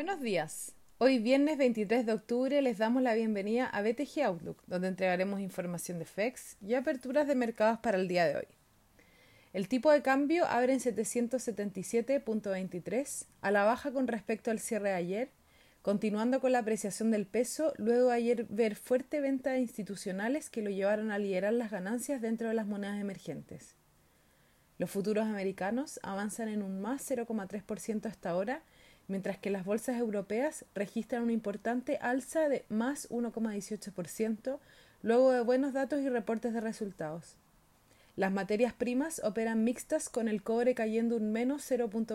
Buenos días. Hoy viernes 23 de octubre les damos la bienvenida a BTG Outlook, donde entregaremos información de FX y aperturas de mercados para el día de hoy. El tipo de cambio abre en 777.23, a la baja con respecto al cierre de ayer, continuando con la apreciación del peso, luego de ayer ver fuerte venta de institucionales que lo llevaron a liderar las ganancias dentro de las monedas emergentes. Los futuros americanos avanzan en un más 0,3% hasta ahora, mientras que las bolsas europeas registran una importante alza de más 1,18%, luego de buenos datos y reportes de resultados. Las materias primas operan mixtas, con el cobre cayendo un menos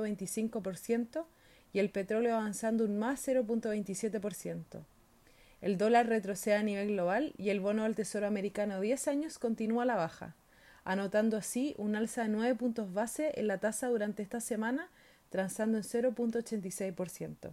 0,25% y el petróleo avanzando un más 0,27%. El dólar retrocede a nivel global y el bono del Tesoro americano a 10 años continúa a la baja, anotando así un alza de 9 puntos base en la tasa durante esta semana, transando en 0,86%.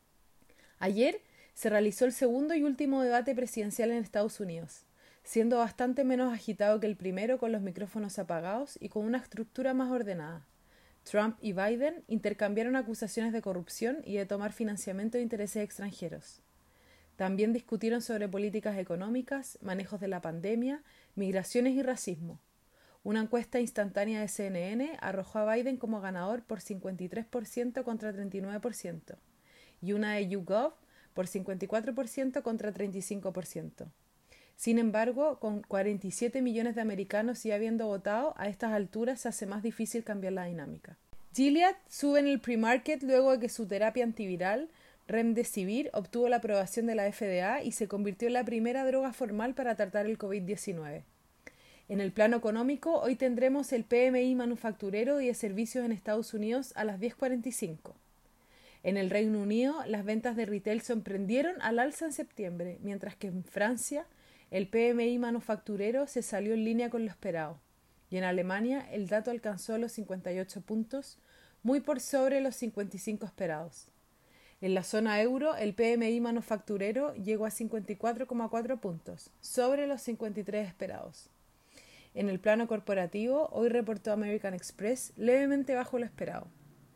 Ayer se realizó el segundo y último debate presidencial en Estados Unidos, siendo bastante menos agitado que el primero, con los micrófonos apagados y con una estructura más ordenada. Trump y Biden intercambiaron acusaciones de corrupción y de tomar financiamiento de intereses extranjeros. También discutieron sobre políticas económicas, manejos de la pandemia, migraciones y racismo. Una encuesta instantánea de CNN arrojó a Biden como ganador por 53% contra 39%, y una de YouGov por 54% contra 35%. Sin embargo, con 47 millones de americanos ya habiendo votado, a estas alturas se hace más difícil cambiar la dinámica. Gilead sube en el pre-market luego de que su terapia antiviral, Remdesivir, obtuvo la aprobación de la FDA y se convirtió en la primera droga formal para tratar el COVID-19. En el plano económico, hoy tendremos el PMI manufacturero y de servicios en Estados Unidos a las 10:45. En el Reino Unido, las ventas de retail sorprendieron al alza en septiembre, mientras que en Francia, el PMI manufacturero se salió en línea con lo esperado. Y en Alemania, el dato alcanzó los 58 puntos, muy por sobre los 55 esperados. En la zona euro, el PMI manufacturero llegó a 54,4 puntos, sobre los 53 esperados. En el plano corporativo, hoy reportó American Express levemente bajo lo esperado.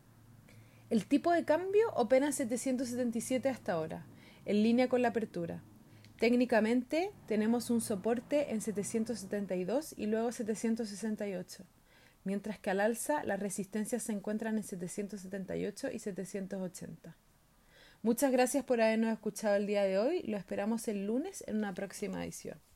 El tipo de cambio opera en 777 hasta ahora, en línea con la apertura. Técnicamente, tenemos un soporte en 772 y luego 768, mientras que al alza las resistencias se encuentran en 778 y 780. Muchas gracias por habernos escuchado el día de hoy. Lo esperamos el lunes en una próxima edición.